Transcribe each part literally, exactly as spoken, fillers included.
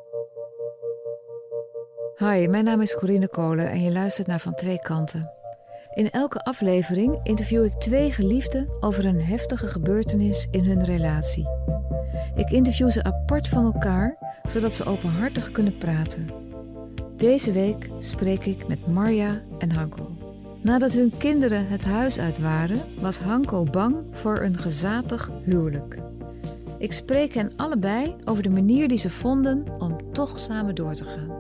Hi, mijn naam is Corinne Kolen en je luistert naar Van Twee Kanten. In elke aflevering interview ik twee geliefden over een heftige gebeurtenis in hun relatie. Ik interview ze apart van elkaar, zodat ze openhartig kunnen praten. Deze week spreek ik met Marja en Hanko. Nadat hun kinderen het huis uit waren, was Hanko bang voor een gezapig huwelijk. Ik spreek hen allebei over de manier die ze vonden om toch samen door te gaan.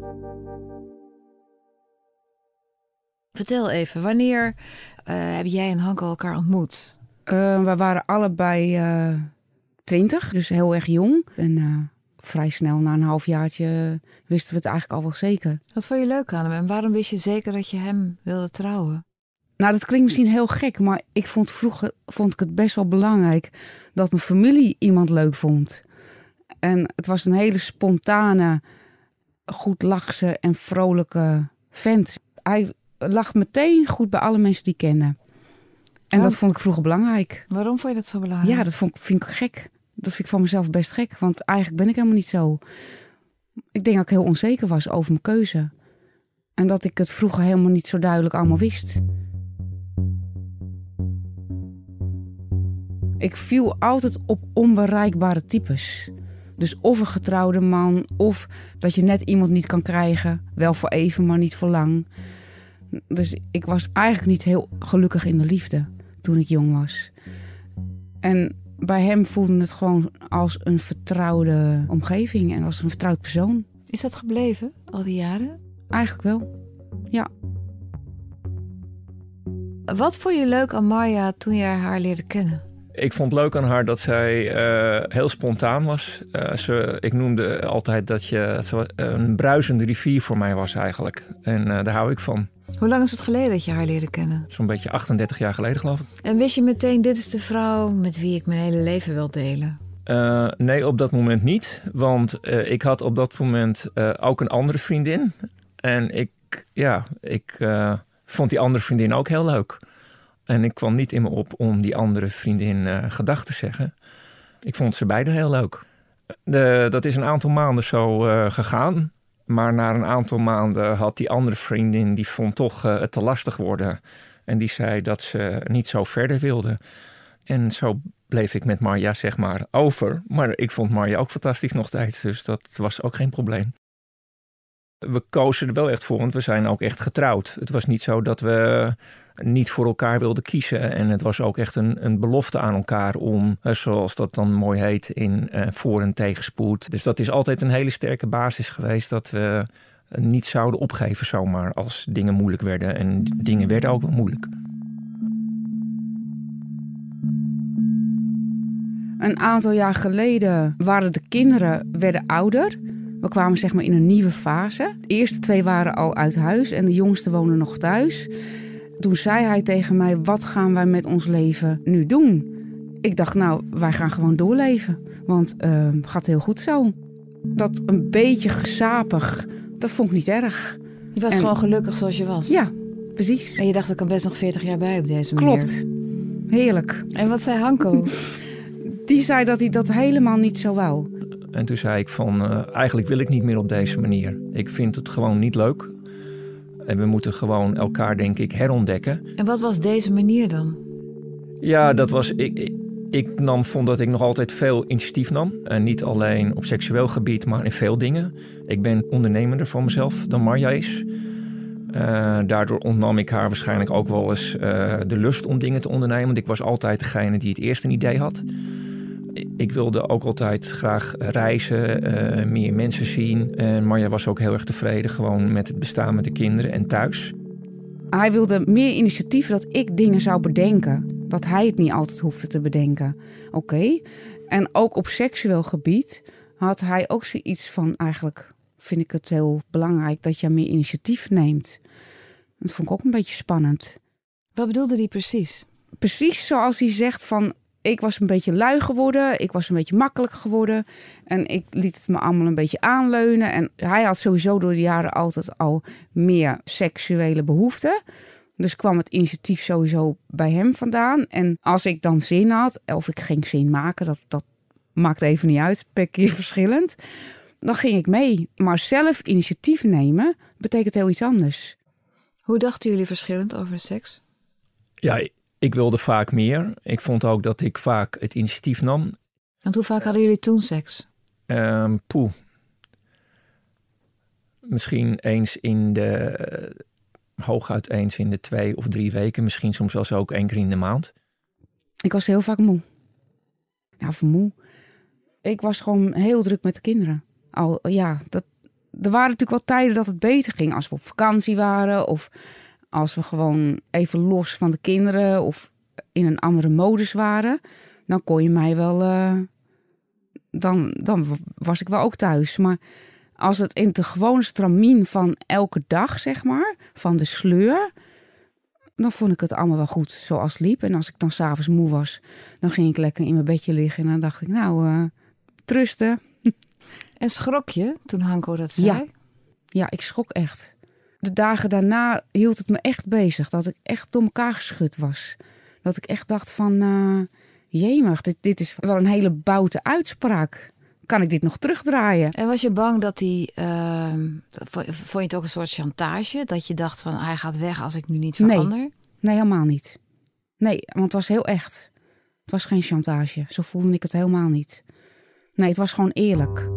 Vertel even, wanneer uh, hebben jij en Hanko elkaar ontmoet? Uh, we waren allebei uh, twintig, dus heel erg jong. En uh, vrij snel, na een halfjaartje, wisten we het eigenlijk al wel zeker. Wat vond je leuk aan hem en waarom wist je zeker dat je hem wilde trouwen? Nou, dat klinkt misschien heel gek, maar ik vond vroeger vond ik het best wel belangrijk dat mijn familie iemand leuk vond. En het was een hele spontane, goed lachse en vrolijke vent. Hij lag meteen goed bij alle mensen die ik kende. En oh. dat vond ik vroeger belangrijk. Waarom vond je dat zo belangrijk? Ja, dat vond, vind ik gek. Dat vind ik van mezelf best gek, want eigenlijk ben ik helemaal niet zo. Ik denk dat ik heel onzeker was over mijn keuze. En dat ik het vroeger helemaal niet zo duidelijk allemaal wist. Ik viel altijd op onbereikbare types. Dus of een getrouwde man, of dat je net iemand niet kan krijgen. Wel voor even, maar niet voor lang. Dus ik was eigenlijk niet heel gelukkig in de liefde toen ik jong was. En bij hem voelde het gewoon als een vertrouwde omgeving en als een vertrouwd persoon. Is dat gebleven al die jaren? Eigenlijk wel, ja. Wat vond je leuk aan Marja toen jij haar leerde kennen? Ik vond het leuk aan haar dat zij uh, heel spontaan was. Uh, ze, ik noemde altijd dat je ze een bruisende rivier voor mij was eigenlijk. En uh, daar hou ik van. Hoe lang is het geleden dat je haar leerde kennen? Zo'n beetje achtendertig jaar geleden, geloof ik. En wist je meteen, dit is de vrouw met wie ik mijn hele leven wil delen? Uh, nee, op dat moment niet. Want uh, ik had op dat moment uh, ook een andere vriendin. En ik, ja, ik uh, vond die andere vriendin ook heel leuk. En ik kwam niet in me op om die andere vriendin uh, gedag te zeggen. Ik vond ze beide heel leuk. De, dat is een aantal maanden zo uh, gegaan. Maar na een aantal maanden had die andere vriendin, die vond toch uh, het te lastig worden. En die zei dat ze niet zo verder wilde. En zo bleef ik met Marja zeg maar over. Maar ik vond Marja ook fantastisch nog steeds. Dus dat was ook geen probleem. We kozen er wel echt voor, want we zijn ook echt getrouwd. Het was niet zo dat we niet voor elkaar wilden kiezen. En het was ook echt een, een belofte aan elkaar om, zoals dat dan mooi heet, in uh, voor- en tegenspoed. Dus dat is altijd een hele sterke basis geweest dat we niet zouden opgeven zomaar als dingen moeilijk werden. En dingen werden ook wel moeilijk. Een aantal jaar geleden waren de kinderen werden ouder. We kwamen zeg maar in een nieuwe fase. De eerste twee waren al uit huis en de jongste woonde nog thuis. Toen zei hij tegen mij, wat gaan wij met ons leven nu doen? Ik dacht, nou, wij gaan gewoon doorleven. Want uh, het gaat heel goed zo. Dat een beetje gezapig, dat vond ik niet erg. Je was en, gewoon gelukkig zoals je was? Ja, precies. En je dacht, ik kan best nog veertig jaar bij op deze manier. Klopt. Heerlijk. En wat zei Hanko? Die zei dat hij dat helemaal niet zo wou. En toen zei ik van, uh, eigenlijk wil ik niet meer op deze manier. Ik vind het gewoon niet leuk. En we moeten gewoon elkaar, denk ik, herontdekken. En wat was deze manier dan? Ja, dat was... Ik, ik, ik nam, vond dat ik nog altijd veel initiatief nam. En niet alleen op seksueel gebied, maar in veel dingen. Ik ben ondernemender van mezelf dan Marja is. Uh, daardoor ontnam ik haar waarschijnlijk ook wel eens uh, de lust om dingen te ondernemen. Want ik was altijd degene die het eerst een idee had. Ik wilde ook altijd graag reizen, uh, meer mensen zien. En Marja was ook heel erg tevreden gewoon met het bestaan met de kinderen en thuis. Hij wilde meer initiatief dat ik dingen zou bedenken. Dat hij het niet altijd hoefde te bedenken. Oké. Okay. En ook op seksueel gebied had hij ook zoiets van, eigenlijk vind ik het heel belangrijk dat je meer initiatief neemt. Dat vond ik ook een beetje spannend. Wat bedoelde hij precies? Precies zoals hij zegt van, ik was een beetje lui geworden. Ik was een beetje makkelijk geworden. En ik liet het me allemaal een beetje aanleunen. En hij had sowieso door de jaren altijd al meer seksuele behoeften. Dus kwam het initiatief sowieso bij hem vandaan. En als ik dan zin had, of ik ging zin maken, dat, dat maakt even niet uit, per keer verschillend. dan ging ik mee. Maar zelf initiatief nemen betekent heel iets anders. Hoe dachten jullie verschillend over seks? Ja, ik wilde vaak meer. Ik vond ook dat ik vaak het initiatief nam. Want hoe vaak hadden jullie toen seks? Um, poeh. Misschien eens in de... hooguit eens in de twee of drie weken. Misschien soms zelfs ook één keer in de maand. Ik was heel vaak moe. Nou, of moe. Ik was gewoon heel druk met de kinderen. Al, ja, dat, er waren natuurlijk wel tijden dat het beter ging. Als we op vakantie waren. Of als we gewoon even los van de kinderen. Of in een andere modus waren. Dan kon je mij wel... Uh, dan, dan was ik wel ook thuis. Maar als het in de gewone stramien van elke dag, zeg maar. Van de sleur. Dan vond ik het allemaal wel goed zoals het liep. En als ik dan 's avonds moe was. Dan ging ik lekker in mijn bedje liggen. En dan dacht ik, nou, uh, trusten. En schrok je toen Hanko dat zei? Ja. ja, ik schrok echt. De dagen daarna hield het me echt bezig. Dat ik echt door elkaar geschud was. Dat ik echt dacht van... Uh, jemig, dit, dit is wel een hele boute uitspraak. Kan ik dit nog terugdraaien? En was je bang dat hij... Uh, vond je het ook een soort chantage? Dat je dacht van, hij gaat weg als ik nu niet verander? Nee, nee helemaal niet. Nee, want het was heel echt. Het was geen chantage. Zo voelde ik het helemaal niet. Nee, het was gewoon eerlijk.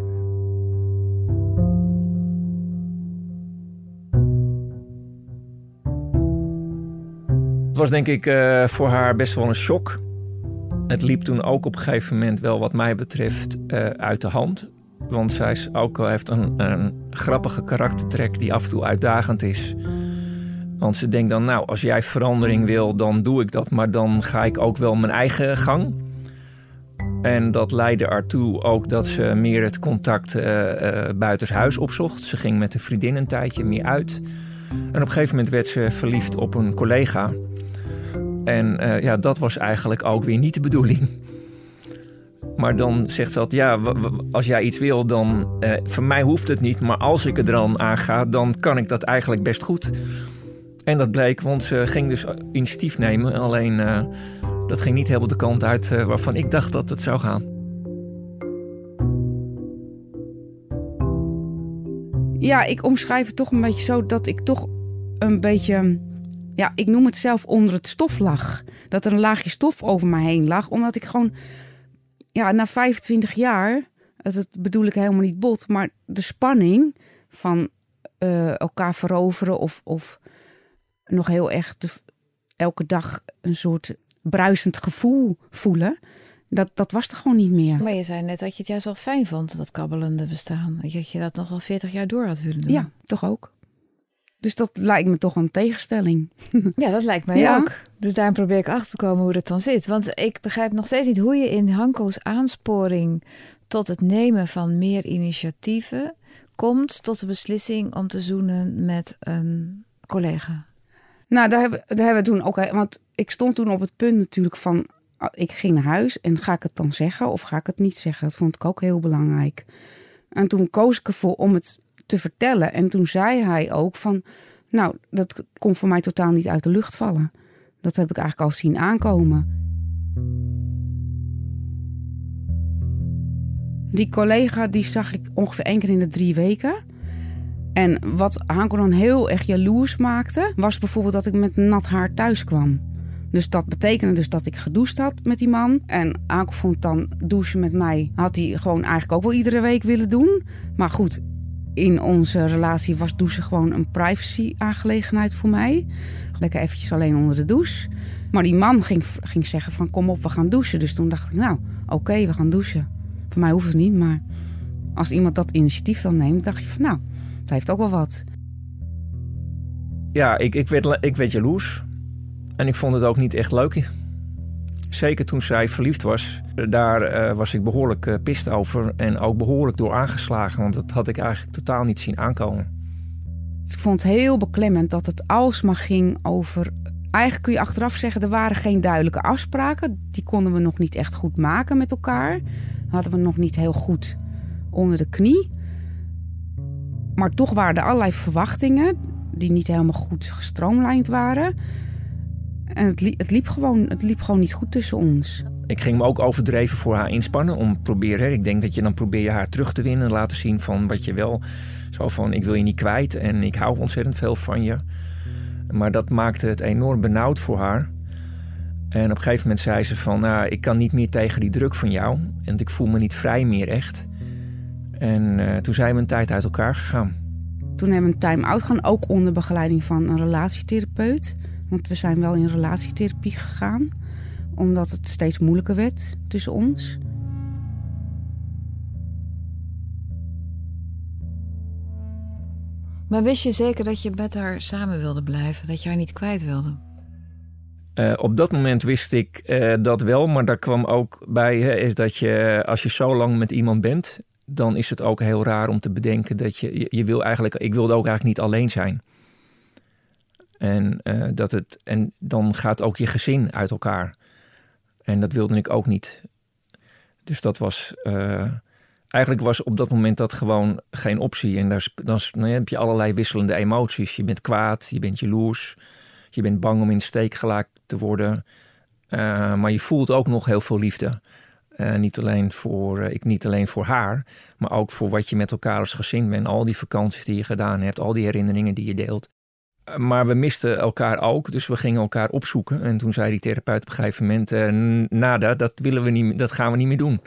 Het was denk ik uh, voor haar best wel een shock. Het liep toen ook op een gegeven moment wel wat mij betreft uh, uit de hand. Want zij is ook wel heeft een, een grappige karaktertrek die af en toe uitdagend is. Want ze denkt dan, nou, als jij verandering wil, dan doe ik dat. Maar dan ga ik ook wel mijn eigen gang. En dat leidde ertoe ook dat ze meer het contact uh, uh, buitenshuis opzocht. Ze ging met een vriendin een tijdje meer uit. En op een gegeven moment werd ze verliefd op een collega. En uh, ja, dat was eigenlijk ook weer niet de bedoeling. Maar dan zegt ze altijd, ja, w- w- als jij iets wil, dan... Uh, voor mij hoeft het niet, maar als ik er dan aan ga, dan kan ik dat eigenlijk best goed. En dat bleek, want ze ging dus initiatief nemen. Alleen, uh, dat ging niet helemaal de kant uit uh, waarvan ik dacht dat het zou gaan. Ja, ik omschrijf het toch een beetje zo dat ik toch een beetje... Ja, ik noem het zelf onder het stof lag. Dat er een laagje stof over me heen lag. Omdat ik gewoon... Ja, na vijfentwintig jaar... Dat bedoel ik helemaal niet bot. Maar de spanning van uh, elkaar veroveren... Of, of nog heel erg de, elke dag een soort bruisend gevoel voelen... Dat, dat was er gewoon niet meer. Maar je zei net dat je het juist wel fijn vond, dat kabbelende bestaan. Dat je dat nog wel veertig jaar door had willen doen. Ja, toch ook. Dus dat lijkt me toch een tegenstelling. Ja, dat lijkt mij ja. ook. Dus daarom probeer ik achter te komen hoe dat dan zit. Want ik begrijp nog steeds niet hoe je in Hanko's aansporing... tot het nemen van meer initiatieven... komt tot de beslissing om te zoenen met een collega. Nou, daar hebben, daar hebben we toen ook... Want ik stond toen op het punt natuurlijk van... Ik ging naar huis en ga ik het dan zeggen of ga ik het niet zeggen? Dat vond ik ook heel belangrijk. En toen koos ik ervoor om het te vertellen. En toen zei hij ook van... Nou, dat kon voor mij totaal niet uit de lucht vallen. Dat heb ik eigenlijk al zien aankomen. Die collega die zag ik ongeveer één keer in de drie weken. En wat Hanko dan heel erg jaloers maakte... was bijvoorbeeld dat ik met nat haar thuis kwam. Dus dat betekende dus dat ik gedoucht had met die man. En Hanko vond dan douchen met mij... had hij gewoon eigenlijk ook wel iedere week willen doen. Maar goed, in onze relatie was douchen gewoon een privacy-aangelegenheid voor mij. Lekker eventjes alleen onder de douche. Maar die man ging, ging zeggen van kom op, we gaan douchen. Dus toen dacht ik, nou, oké, okay, we gaan douchen. Voor mij hoeft het niet, maar als iemand dat initiatief dan neemt... dacht je van, nou, het heeft ook wel wat. Ja, ik, ik, werd, ik werd jaloers. En ik vond het ook niet echt leuk. Zeker toen zij verliefd was. Daar uh, was ik behoorlijk uh, pist over. En ook behoorlijk door aangeslagen. Want dat had ik eigenlijk totaal niet zien aankomen. Ik vond het heel beklemmend dat het alsmaar ging over... Eigenlijk kun je achteraf zeggen, er waren geen duidelijke afspraken. Die konden we nog niet echt goed maken met elkaar. Hadden we nog niet heel goed onder de knie. Maar toch waren er allerlei verwachtingen... die niet helemaal goed gestroomlijnd waren... En het liep, het, liep gewoon, het liep gewoon niet goed tussen ons. Ik ging me ook overdreven voor haar inspannen om proberen. Hè, ik denk dat je dan probeer je haar terug te winnen en laten zien van wat je wel. Zo van, ik wil je niet kwijt en ik hou ontzettend veel van je. Maar dat maakte het enorm benauwd voor haar. En op een gegeven moment zei ze van, nou, ik kan niet meer tegen die druk van jou. En ik voel me niet vrij meer echt. En uh, toen zijn we een tijd uit elkaar gegaan. Toen hebben we een time-out gaan, ook onder begeleiding van een relatietherapeut. Want we zijn wel in relatietherapie gegaan. Omdat het steeds moeilijker werd tussen ons. Maar wist je zeker dat je met haar samen wilde blijven? Dat je haar niet kwijt wilde? Uh, op dat moment wist ik uh, dat wel. Maar daar kwam ook bij hè, is dat je, als je zo lang met iemand bent, dan is het ook heel raar om te bedenken dat je, je, je wil eigenlijk, ik wilde ook eigenlijk niet alleen zijn. En, uh, dat het, en dan gaat ook je gezin uit elkaar. En dat wilde ik ook niet. Dus dat was, uh, eigenlijk was op dat moment dat gewoon geen optie. En daar, dan, dan heb je allerlei wisselende emoties. Je bent kwaad, je bent jaloers, je bent bang om in de steek gelaten te worden. Uh, maar je voelt ook nog heel veel liefde. Uh, niet, alleen voor, uh, ik, niet alleen voor haar, maar ook voor wat je met elkaar als gezin bent. Al die vakanties die je gedaan hebt, al die herinneringen die je deelt. Uh, maar we misten elkaar ook, dus we gingen elkaar opzoeken. En toen zei die therapeut op een gegeven moment, uh, nada, dat, willen we niet, dat gaan we niet meer doen.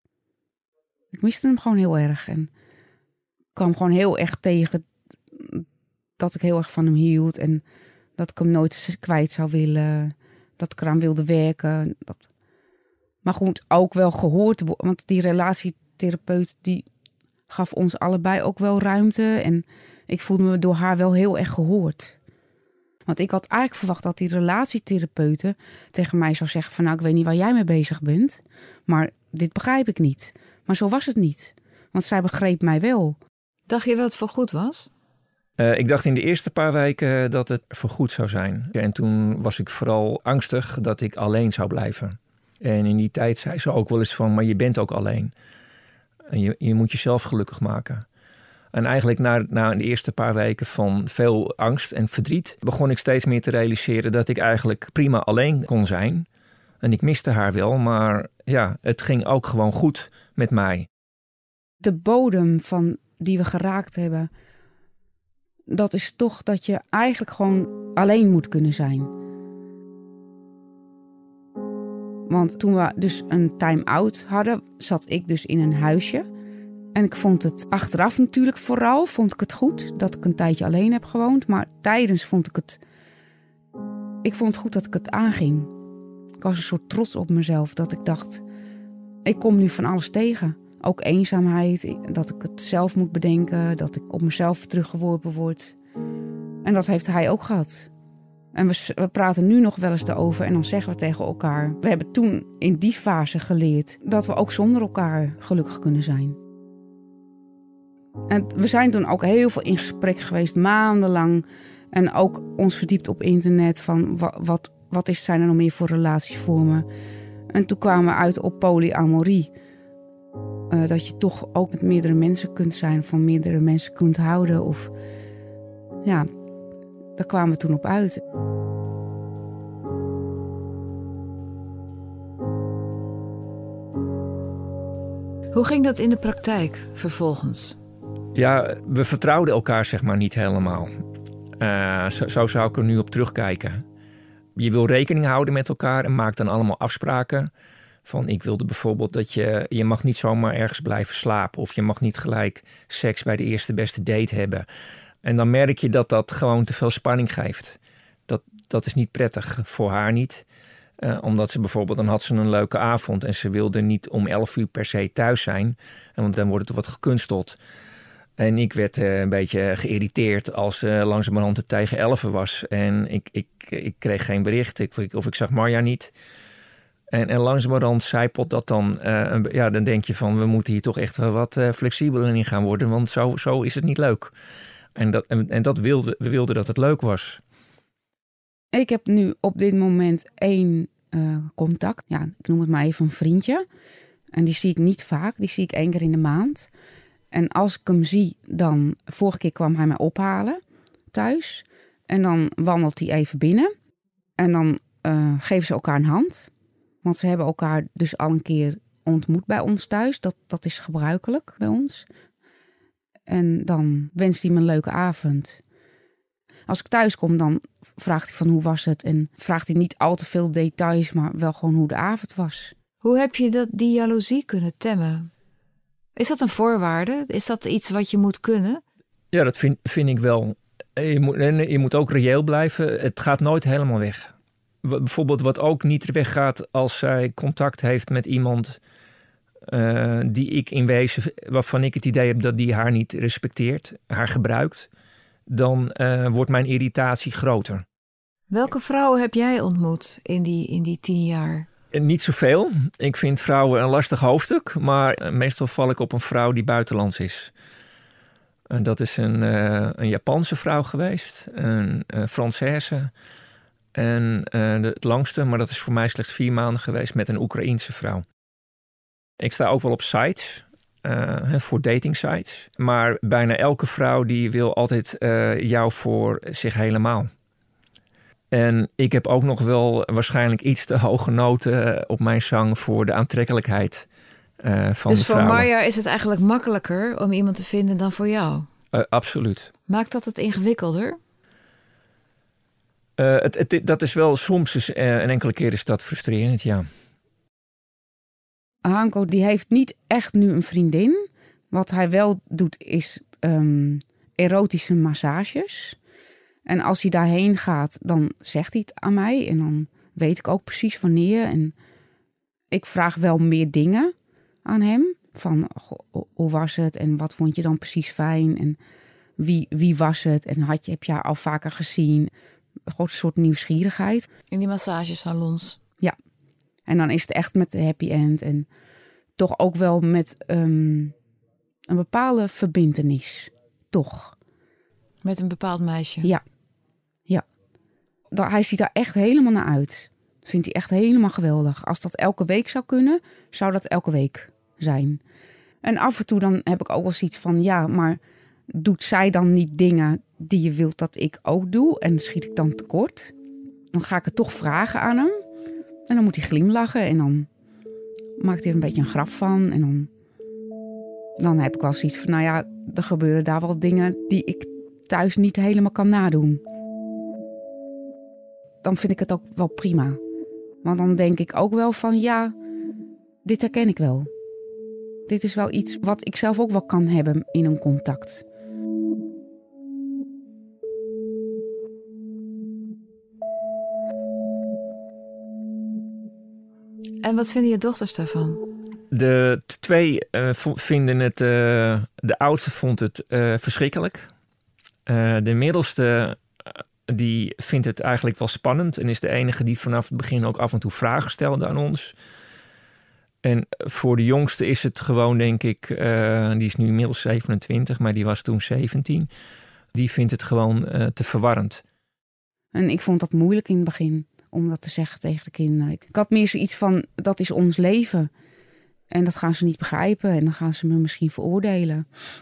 Ik miste hem gewoon heel erg. En kwam gewoon heel erg tegen dat ik heel erg van hem hield. En dat ik hem nooit kwijt zou willen. Dat ik eraan wilde werken. Dat... Maar goed, ook wel gehoord. Want die relatietherapeut die gaf ons allebei ook wel ruimte. En ik voelde me door haar wel heel erg gehoord. Want ik had eigenlijk verwacht dat die relatietherapeute tegen mij zou zeggen van, nou, ik weet niet waar jij mee bezig bent. Maar dit begrijp ik niet. Maar zo was het niet. Want zij begreep mij wel. Dacht je dat het voorgoed was? Uh, ik dacht in de eerste paar weken dat het voorgoed zou zijn. En toen was ik vooral angstig dat ik alleen zou blijven. En in die tijd zei ze ook wel eens van, maar je bent ook alleen. En je, je moet jezelf gelukkig maken. En eigenlijk na, na de eerste paar weken van veel angst en verdriet begon ik steeds meer te realiseren dat ik eigenlijk prima alleen kon zijn. En ik miste haar wel, maar ja, het ging ook gewoon goed met mij. De bodem van die we geraakt hebben, dat is toch dat je eigenlijk gewoon alleen moet kunnen zijn. Want toen we dus een time-out hadden, zat ik dus in een huisje. En ik vond het achteraf natuurlijk vooral, vond ik het goed dat ik een tijdje alleen heb gewoond. Maar tijdens vond ik het, ik vond het goed dat ik het aanging. Ik was een soort trots op mezelf, dat ik dacht, ik kom nu van alles tegen. Ook eenzaamheid, dat ik het zelf moet bedenken, dat ik op mezelf teruggeworpen word. En dat heeft hij ook gehad. En we, we praten nu nog wel eens erover en dan zeggen we tegen elkaar, we hebben toen in die fase geleerd dat we ook zonder elkaar gelukkig kunnen zijn. En we zijn toen ook heel veel in gesprek geweest, maandenlang. En ook ons verdiept op internet van wat, wat, wat is, zijn er nog meer voor relatievormen. En toen kwamen we uit op polyamorie. Uh, dat je toch ook met meerdere mensen kunt zijn, van meerdere mensen kunt houden. Of ja, daar kwamen we toen op uit. Hoe ging dat in de praktijk vervolgens? Ja, we vertrouwden elkaar zeg maar niet helemaal. Uh, zo, zo zou ik er nu op terugkijken. Je wil rekening houden met elkaar en maakt dan allemaal afspraken. Van ik wilde bijvoorbeeld dat je, je mag niet zomaar ergens blijven slapen. Of je mag niet gelijk seks bij de eerste beste date hebben. En dan merk je dat dat gewoon te veel spanning geeft. Dat, dat is niet prettig, voor haar niet. Uh, omdat ze bijvoorbeeld, dan had ze een leuke avond en ze wilde niet om elf uur per se thuis zijn. Want dan wordt het wat gekunsteld. En ik werd uh, een beetje geïrriteerd als uh, langzamerhand het tegen elfen was. En ik, ik, ik kreeg geen bericht ik, of ik zag Marja niet. En, en langzamerhand zijpelt dat dan. Uh, ja, dan denk je van we moeten hier toch echt wat uh, flexibeler in gaan worden. Want zo, zo is het niet leuk. En, dat, en, en dat wilde, we wilden dat het leuk was. Ik heb nu op dit moment één uh, contact. Ja, ik noem het maar even een vriendje. En die zie ik niet vaak. Die zie ik één keer in de maand. En als ik hem zie, dan... Vorige keer kwam hij mij ophalen thuis. En dan wandelt hij even binnen. En dan uh, geven ze elkaar een hand. Want ze hebben elkaar dus al een keer ontmoet bij ons thuis. Dat, dat is gebruikelijk bij ons. En dan wenst hij me een leuke avond. Als ik thuis kom, dan vraagt hij van hoe was het. En vraagt hij niet al te veel details, maar wel gewoon hoe de avond was. Hoe heb je dat, die jaloezie kunnen temmen? Is dat een voorwaarde? Is dat iets wat je moet kunnen? Ja, dat vind, vind ik wel. Je moet, en je moet ook reëel blijven. Het gaat nooit helemaal weg. Bijvoorbeeld wat ook niet weggaat als zij contact heeft met iemand uh, die ik in wezen, waarvan ik het idee heb dat die haar niet respecteert, haar gebruikt, dan uh, wordt mijn irritatie groter. Welke vrouwen heb jij ontmoet in die, in die tien jaar? Niet zoveel. Ik vind vrouwen een lastig hoofdstuk, maar meestal val ik op een vrouw die buitenlands is. En dat is een, uh, een Japanse vrouw geweest, een uh, Française en uh, de, het langste, maar dat is voor mij slechts vier maanden geweest, met een Oekraïense vrouw. Ik sta ook wel op sites, uh, voor dating sites, maar bijna elke vrouw die wil altijd uh, jou voor zich helemaal. En ik heb ook nog wel waarschijnlijk iets te hoge noten op mijn zang voor de aantrekkelijkheid uh, van dus de vrouwen. Dus voor Marja is het eigenlijk makkelijker om iemand te vinden dan voor jou? Uh, absoluut. Maakt dat het ingewikkelder? Uh, het, het, dat is wel, soms is, uh, een enkele keer is dat frustrerend, ja. Hanko die heeft niet echt nu een vriendin. Wat hij wel doet is um, erotische massages. En als hij daarheen gaat, dan zegt hij het aan mij. En dan weet ik ook precies wanneer. En ik vraag wel meer dingen aan hem. Van, goh, hoe was het? En wat vond je dan precies fijn? En wie, wie was het? En had je, heb je haar al vaker gezien? Gewoon een soort nieuwsgierigheid. In die massagesalons? Ja. En dan is het echt met de happy end. En toch ook wel met um, een bepaalde verbintenis. Toch. Met een bepaald meisje? Ja. Ja. Hij ziet daar echt helemaal naar uit. Dat vindt hij echt helemaal geweldig. Als dat elke week zou kunnen, zou dat elke week zijn. En af en toe dan heb ik ook wel zoiets van, ja, maar doet zij dan niet dingen die je wilt dat ik ook doe? En schiet ik dan tekort? Dan ga ik het toch vragen aan hem. En dan moet hij glimlachen en dan maakt hij er een beetje een grap van. En dan, dan heb ik wel zoiets van, nou ja, er gebeuren daar wel dingen die ik thuis niet helemaal kan nadoen. Dan vind ik het ook wel prima. Want dan denk ik ook wel van, ja, dit herken ik wel. Dit is wel iets wat ik zelf ook wel kan hebben in een contact. En wat vinden je dochters daarvan? De twee uh, vinden het... Uh, de oudste vond het uh, verschrikkelijk. Uh, de middelste uh, die vindt het eigenlijk wel spannend. En is de enige die vanaf het begin ook af en toe vragen stelde aan ons. En voor de jongste is het gewoon, denk ik... Uh, die is nu inmiddels zevenentwintig, maar die was toen zeventien. Die vindt het gewoon uh, te verwarrend. En ik vond dat moeilijk in het begin, om dat te zeggen tegen de kinderen. Ik had meer zoiets van, dat is ons leven. En dat gaan ze niet begrijpen. En dan gaan ze me misschien veroordelen.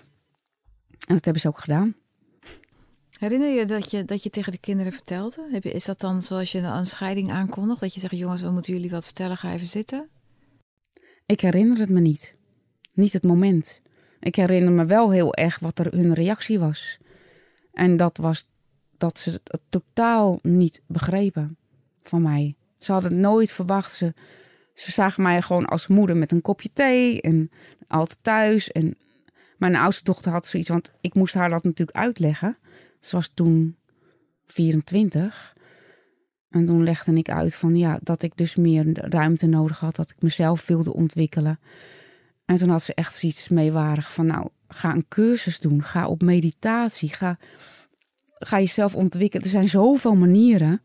En dat hebben ze ook gedaan. Herinner je dat je, dat je tegen de kinderen vertelde? Heb je, is dat dan zoals je een scheiding aankondigt? Dat je zegt, jongens, we moeten jullie wat vertellen, ga even zitten? Ik herinner het me niet. Niet het moment. Ik herinner me wel heel erg wat er hun reactie was. En dat was dat ze het totaal niet begrepen van mij. Ze hadden het nooit verwacht. Ze, ze zagen mij gewoon als moeder met een kopje thee en altijd thuis. En mijn oudste dochter had zoiets, want ik moest haar dat natuurlijk uitleggen. Ze was toen vierentwintig. En toen legde ik uit van ja, dat ik dus meer ruimte nodig had. Dat ik mezelf wilde ontwikkelen. En toen had ze echt zoiets meewarig van nou, ga een cursus doen. Ga op meditatie. Ga, ga jezelf ontwikkelen. Er zijn zoveel manieren.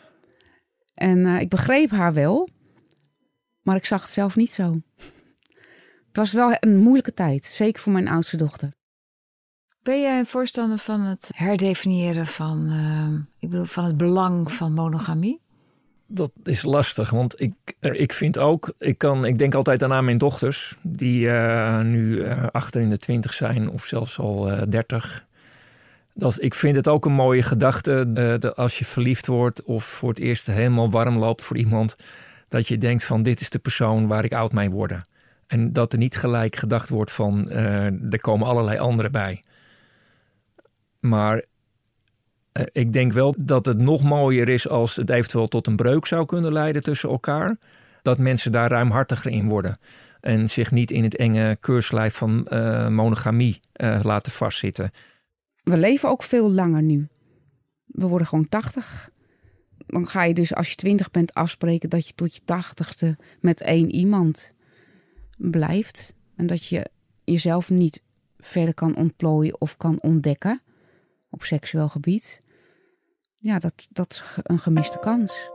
En uh, ik begreep haar wel. Maar ik zag het zelf niet zo. Het was wel een moeilijke tijd. Zeker voor mijn oudste dochter. Ben jij een voorstander van het herdefiniëren van, uh, ik bedoel, van het belang van monogamie? Dat is lastig, want ik, ik vind ook, ik, kan, ik denk altijd aan mijn dochters, die uh, nu uh, achter in de twintig zijn of zelfs al uh, dertig. Dat, ik vind het ook een mooie gedachte uh, dat als je verliefd wordt of voor het eerst helemaal warm loopt voor iemand, Dat je denkt van dit is de persoon waar ik oud mee word. En dat er niet gelijk gedacht wordt van uh, er komen allerlei anderen bij. Maar uh, ik denk wel dat het nog mooier is als het eventueel tot een breuk zou kunnen leiden tussen elkaar. Dat mensen daar ruimhartiger in worden. En zich niet in het enge keurslijf van uh, monogamie uh, laten vastzitten. We leven ook veel langer nu. We worden gewoon tachtig. Dan ga je dus als je twintig bent afspreken dat je tot je tachtigste met één iemand blijft. En dat je jezelf niet verder kan ontplooien of kan ontdekken op seksueel gebied. Ja, dat, dat is een gemiste kans.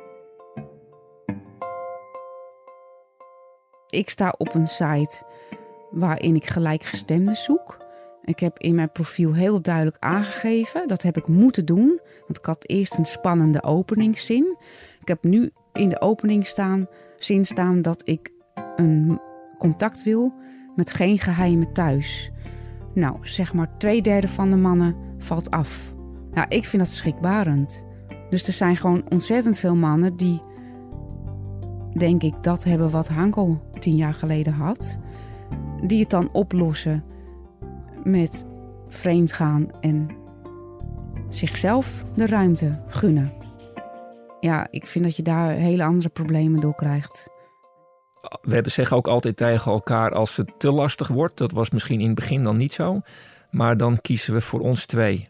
Ik sta op een site waarin ik gelijkgestemden zoek. Ik heb in mijn profiel heel duidelijk aangegeven. Dat heb ik moeten doen. Want ik had eerst een spannende openingszin. Ik heb nu in de opening staan, zin staan dat ik een contact wil met geen geheimen thuis. Nou, zeg maar twee derde van de mannen valt af. Nou, ik vind dat schrikbarend. Dus er zijn gewoon ontzettend veel mannen die, denk ik, dat hebben wat Hanko tien jaar geleden had. Die het dan oplossen met vreemdgaan en zichzelf de ruimte gunnen. Ja, ik vind dat je daar hele andere problemen door krijgt. We hebben zeggen ook altijd tegen elkaar als het te lastig wordt. Dat was misschien in het begin dan niet zo. Maar dan kiezen we voor ons twee.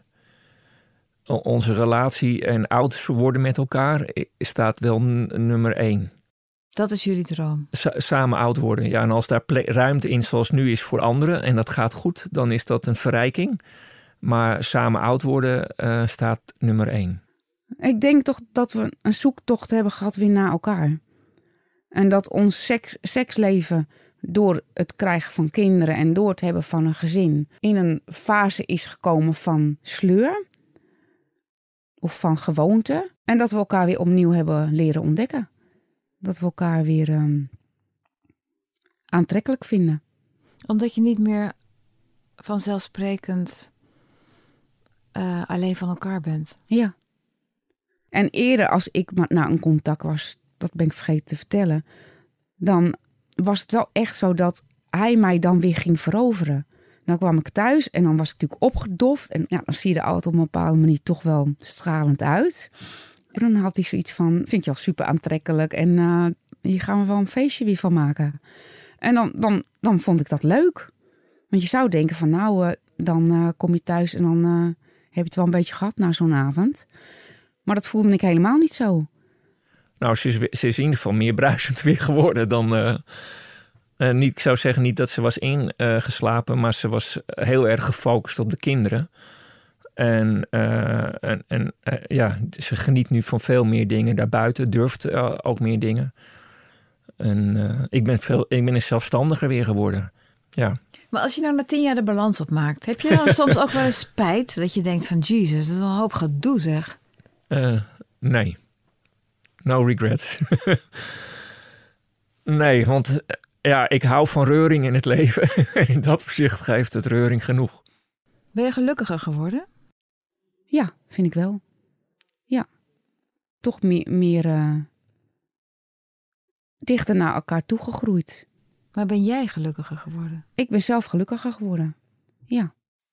Onze relatie en oud worden met elkaar staat wel n- nummer één. Dat is jullie droom? Sa- samen oud worden. Ja, en als daar ple- ruimte in zoals nu is voor anderen en dat gaat goed, dan is dat een verrijking. Maar samen oud worden uh, staat nummer één. Ik denk toch dat we een zoektocht hebben gehad weer naar elkaar. En dat ons seks, seksleven door het krijgen van kinderen en door het hebben van een gezin in een fase is gekomen van sleur of van gewoonte. En dat we elkaar weer opnieuw hebben leren ontdekken. Dat we elkaar weer um, aantrekkelijk vinden. Omdat je niet meer vanzelfsprekend uh, alleen van elkaar bent. Ja. En eerder als ik naar een contact was, dat ben ik vergeten te vertellen, dan was het wel echt zo dat hij mij dan weer ging veroveren. Dan kwam ik thuis en dan was ik natuurlijk opgedoft. En ja, dan zie je er altijd op een bepaalde manier toch wel stralend uit. En dan had hij zoiets van, vind je wel super aantrekkelijk en uh, hier gaan we wel een feestje weer van maken. En dan, dan, dan vond ik dat leuk. Want je zou denken van nou, uh, dan uh, kom je thuis en dan uh, heb je het wel een beetje gehad na zo'n avond. Maar dat voelde ik helemaal niet zo. Nou, ze is, ze is in ieder geval meer bruisend weer geworden dan... Uh, uh, niet, ik zou zeggen niet dat ze was ingeslapen, uh, maar ze was heel erg gefocust op de kinderen. En, uh, en, en uh, ja, ze geniet nu van veel meer dingen daarbuiten, durft uh, ook meer dingen. En uh, ik, ben veel, ik ben een zelfstandiger weer geworden, ja. Maar als je nou na tien jaar de balans opmaakt, heb je dan soms ook wel eens spijt dat je denkt van Jezus, dat is wel een hoop gedoe zeg? Uh, nee. No regrets. Nee, want uh, ja, ik hou van reuring in het leven. In dat opzicht geeft het reuring genoeg. Ben je gelukkiger geworden? Ja, vind ik wel. Ja. Toch meer, meer uh, dichter naar elkaar toegegroeid. Maar ben jij gelukkiger geworden? Ik ben zelf gelukkiger geworden. Ja.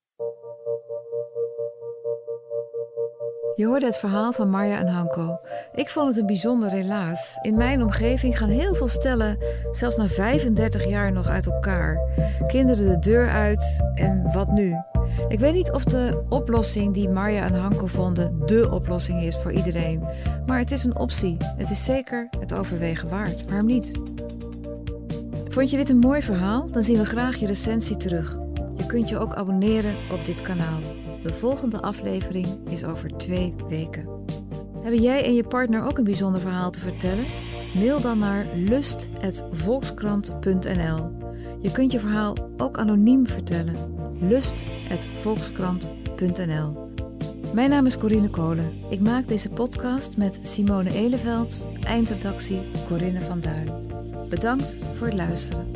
Je hoorde het verhaal van Marja en Hanko. Ik vond het een bijzonder relaas. In mijn omgeving gaan heel veel stellen, zelfs na vijfendertig jaar nog uit elkaar. Kinderen de deur uit en wat nu? Ik weet niet of de oplossing die Marja en Hanko vonden dé oplossing is voor iedereen. Maar het is een optie. Het is zeker het overwegen waard. Waarom niet? Vond je dit een mooi verhaal? Dan zien we graag je recensie terug. Je kunt je ook abonneren op dit kanaal. De volgende aflevering is over twee weken. Hebben jij en je partner ook een bijzonder verhaal te vertellen? Mail dan naar lust apenstaartje volkskrant punt n l. Je kunt je verhaal ook anoniem vertellen. lust apenstaartje volkskrant punt n l. Mijn naam is Corine Kolen. Ik maak deze podcast met Simone Eleveld, eindredactie Corinne van Duin. Bedankt voor het luisteren.